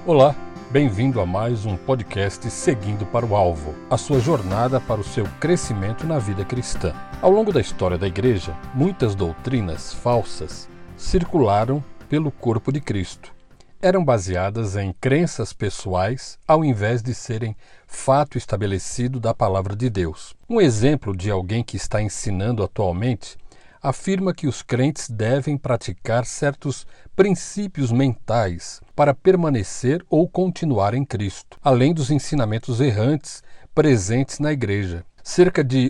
Olá, bem-vindo a mais um podcast Seguindo para o Alvo, a sua jornada para o seu crescimento na vida cristã. Ao longo da história da Igreja, muitas doutrinas falsas circularam pelo corpo de Cristo. Eram baseadas em crenças pessoais ao invés de serem fato estabelecido da palavra de Deus. Um exemplo de alguém que está ensinando atualmente afirma que os crentes devem praticar certos princípios mentais para permanecer ou continuar em Cristo, além dos ensinamentos errantes presentes na igreja. Cerca de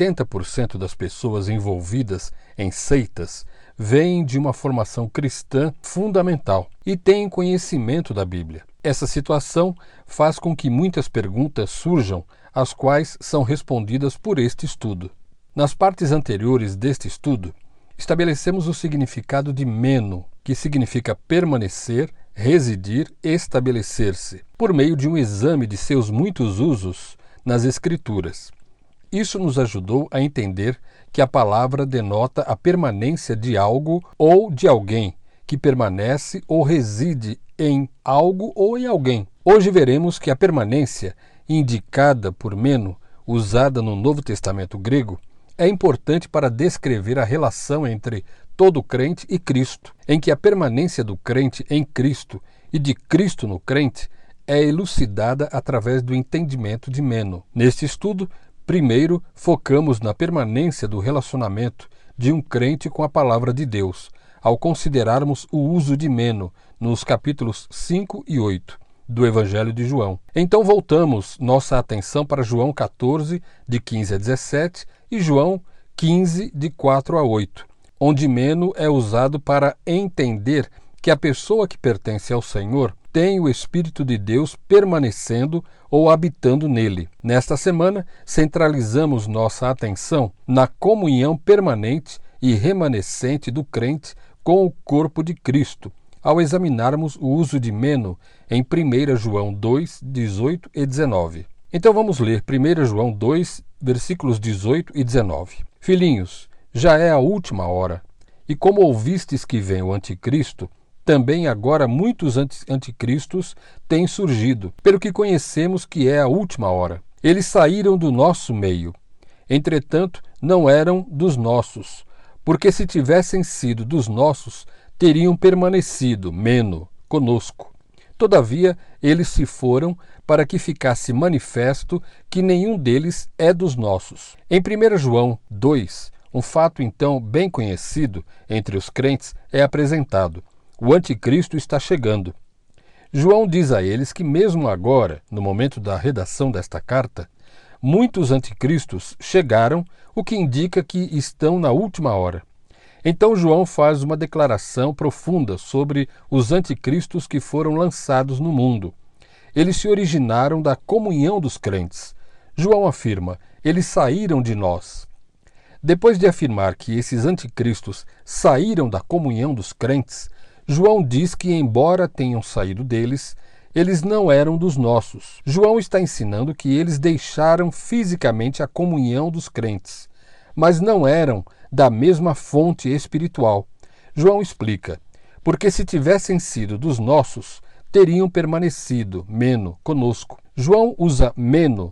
80% das pessoas envolvidas em seitas vêm de uma formação cristã fundamental e têm conhecimento da Bíblia. Essa situação faz com que muitas perguntas surjam, as quais são respondidas por este estudo. Nas partes anteriores deste estudo, estabelecemos o significado de meno, que significa permanecer, residir, estabelecer-se, por meio de um exame de seus muitos usos nas Escrituras. Isso nos ajudou a entender que a palavra denota a permanência de algo ou de alguém, que permanece ou reside em algo ou em alguém. Hoje veremos que a permanência indicada por meno, usada no Novo Testamento grego, é importante para descrever a relação entre todo crente e Cristo, em que a permanência do crente em Cristo e de Cristo no crente é elucidada através do entendimento de meno. Neste estudo, primeiro focamos na permanência do relacionamento de um crente com a palavra de Deus, ao considerarmos o uso de meno nos capítulos 5 e 8 do Evangelho de João. Então voltamos nossa atenção para João 14, de 15 a 17, e João 15, de 4 a 8, onde meno é usado para entender que a pessoa que pertence ao Senhor tem o Espírito de Deus permanecendo ou habitando nele. Nesta semana, centralizamos nossa atenção na comunhão permanente e remanescente do crente com o corpo de Cristo, ao examinarmos o uso de meno em 1 João 2, 18 e 19. Então vamos ler 1 João 2, versículos 18 e 19. Filhinhos, já é a última hora, e como ouvistes que vem o anticristo, também agora muitos anticristos têm surgido, pelo que conhecemos que é a última hora. Eles saíram do nosso meio, entretanto não eram dos nossos, porque se tivessem sido dos nossos, teriam permanecido, meno, conosco. Todavia, eles se foram para que ficasse manifesto que nenhum deles é dos nossos. Em 1 João 2, um fato então bem conhecido entre os crentes é apresentado. O anticristo está chegando. João diz a eles que mesmo agora, no momento da redação desta carta, muitos anticristos chegaram, o que indica que estão na última hora. Então João faz uma declaração profunda sobre os anticristos que foram lançados no mundo. Eles se originaram da comunhão dos crentes. João afirma, eles saíram de nós. Depois de afirmar que esses anticristos saíram da comunhão dos crentes, João diz que, embora tenham saído deles, eles não eram dos nossos. João está ensinando que eles deixaram fisicamente a comunhão dos crentes, mas não eram da mesma fonte espiritual. João explica, porque se tivessem sido dos nossos, teriam permanecido, meno, conosco. João usa meno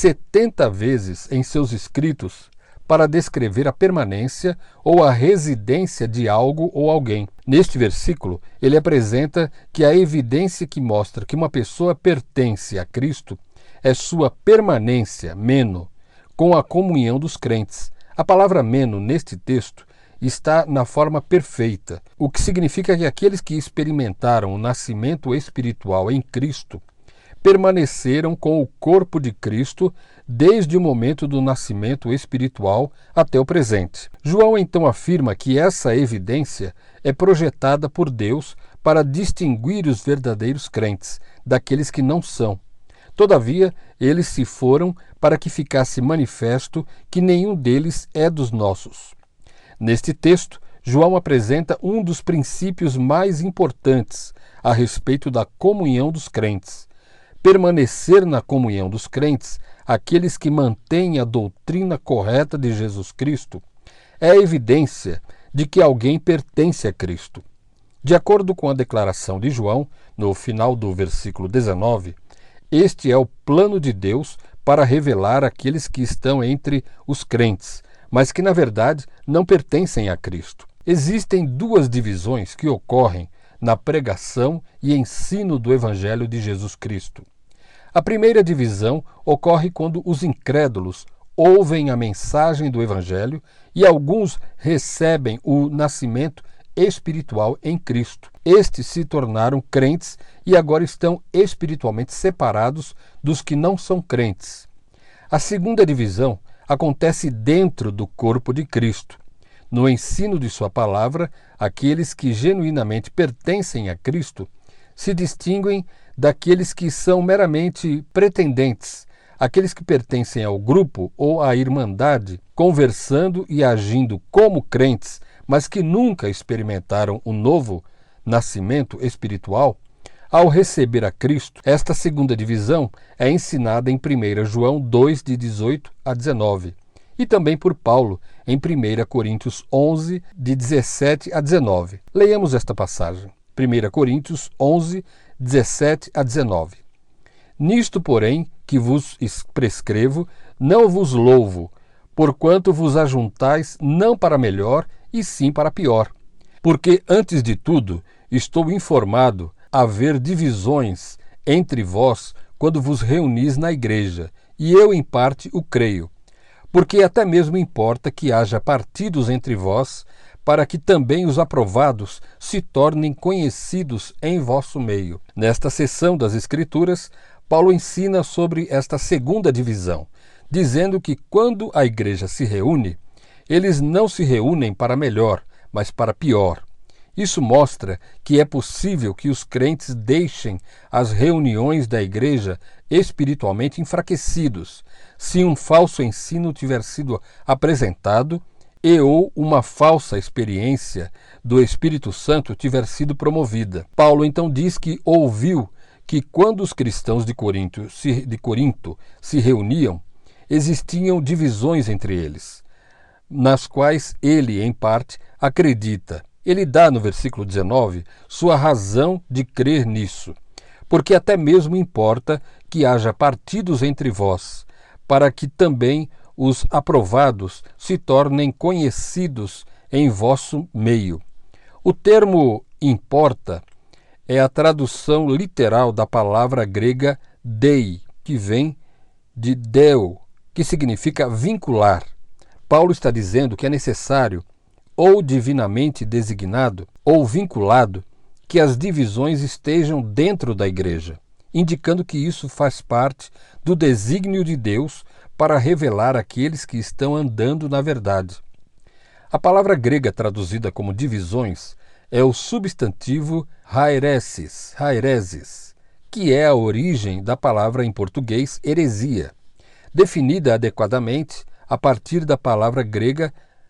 70 vezes em seus escritos para descrever a permanência ou a residência de algo ou alguém. Neste versículo, ele apresenta que a evidência que mostra que uma pessoa pertence a Cristo é sua permanência, meno, com a comunhão dos crentes. A palavra meno, neste texto, está na forma perfeita, o que significa que aqueles que experimentaram o nascimento espiritual em Cristo permaneceram com o corpo de Cristo desde o momento do nascimento espiritual até o presente. João então afirma que essa evidência é projetada por Deus para distinguir os verdadeiros crentes daqueles que não são. Todavia, eles se foram para que ficasse manifesto que nenhum deles é dos nossos. Neste texto, João apresenta um dos princípios mais importantes a respeito da comunhão dos crentes. Permanecer na comunhão dos crentes, aqueles que mantêm a doutrina correta de Jesus Cristo, é a evidência de que alguém pertence a Cristo. De acordo com a declaração de João, no final do versículo 19, este é o plano de Deus para revelar aqueles que estão entre os crentes, mas que na verdade não pertencem a Cristo. Existem duas divisões que ocorrem na pregação e ensino do Evangelho de Jesus Cristo. A primeira divisão ocorre quando os incrédulos ouvem a mensagem do Evangelho e alguns recebem o nascimento espiritual em Cristo. Estes se tornaram crentes e agora estão espiritualmente separados dos que não são crentes. A segunda divisão acontece dentro do corpo de Cristo. No ensino de sua palavra, aqueles que genuinamente pertencem a Cristo se distinguem daqueles que são meramente pretendentes, aqueles que pertencem ao grupo ou à irmandade, conversando e agindo como crentes, mas que nunca experimentaram o novo nascimento espiritual. Ao receber a Cristo, esta segunda divisão é ensinada em 1 João 2, de 18 a 19, e também por Paulo, em 1 Coríntios 11, de 17 a 19. Leiamos esta passagem. 1 Coríntios 11, 17 a 19. Nisto, porém, que vos prescrevo, não vos louvo, porquanto vos ajuntais não para melhor, e sim para pior. Porque, antes de tudo, estou informado haver divisões entre vós quando vos reunis na igreja, e eu em parte o creio. Porque até mesmo importa que haja partidos entre vós, para que também os aprovados se tornem conhecidos em vosso meio. Nesta seção das Escrituras, Paulo ensina sobre esta segunda divisão, dizendo que quando a igreja se reúne, eles não se reúnem para melhor, mas para pior. Isso mostra que é possível que os crentes deixem as reuniões da igreja espiritualmente enfraquecidos, se um falso ensino tiver sido apresentado e ou uma falsa experiência do Espírito Santo tiver sido promovida. Paulo então diz que ouviu que quando os cristãos de Corinto se reuniam, existiam divisões entre eles, nas quais ele, em parte, acredita. Ele dá, no versículo 19, sua razão de crer nisso. Porque até mesmo importa que haja partidos entre vós, para que também os aprovados se tornem conhecidos em vosso meio. O termo importa é a tradução literal da palavra grega dei, que vem de deu, que significa vincular. Paulo está dizendo que é necessário, ou divinamente designado, ou vinculado, que as divisões estejam dentro da igreja, indicando que isso faz parte do desígnio de Deus para revelar aqueles que estão andando na verdade. A palavra grega traduzida como divisões é o substantivo hairesis, que é a origem da palavra em português heresia, definida adequadamente a partir da palavra grega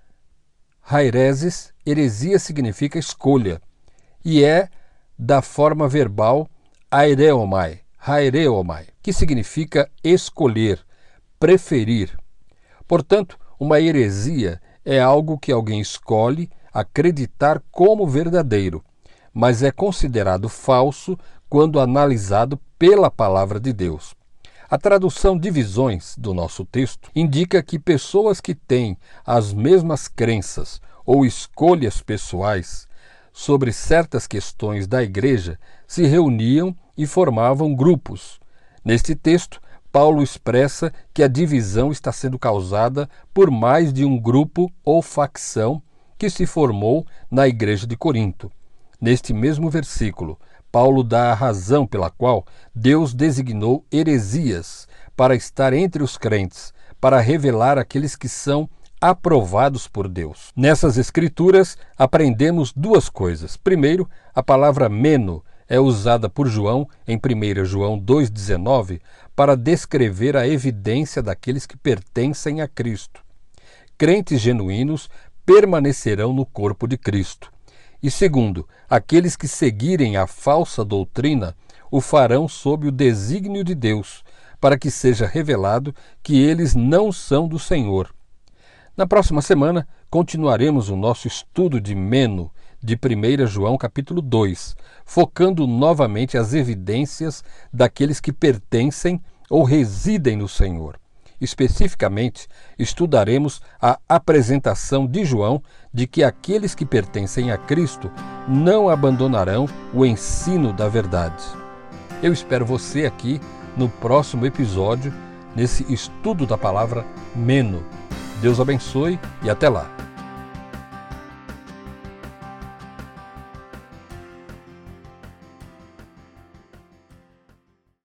hairesis. Heresia significa escolha, e é da forma verbal aireomai, que significa escolher, preferir. Portanto, uma heresia é algo que alguém escolhe acreditar como verdadeiro, mas é considerado falso quando analisado pela palavra de Deus. A tradução divisões do nosso texto indica que pessoas que têm as mesmas crenças ou escolhas pessoais sobre certas questões da igreja se reuniam e formavam grupos. Neste texto, Paulo expressa que a divisão está sendo causada por mais de um grupo ou facção que se formou na igreja de Corinto. Neste mesmo versículo, Paulo dá a razão pela qual Deus designou heresias para estar entre os crentes, para revelar aqueles que são aprovados por Deus. Nessas escrituras, aprendemos duas coisas. Primeiro, a palavra meno é usada por João em 1 João 2,19 para descrever a evidência daqueles que pertencem a Cristo. Crentes genuínos permanecerão no corpo de Cristo. E segundo, aqueles que seguirem a falsa doutrina o farão sob o desígnio de Deus, para que seja revelado que eles não são do Senhor. Na próxima semana, continuaremos o nosso estudo de Meno, de 1 João capítulo 2, focando novamente as evidências daqueles que pertencem ou residem no Senhor. Especificamente, estudaremos a apresentação de João de que aqueles que pertencem a Cristo não abandonarão o ensino da verdade. Eu espero você aqui no próximo episódio, nesse estudo da palavra meno. Deus abençoe e até lá.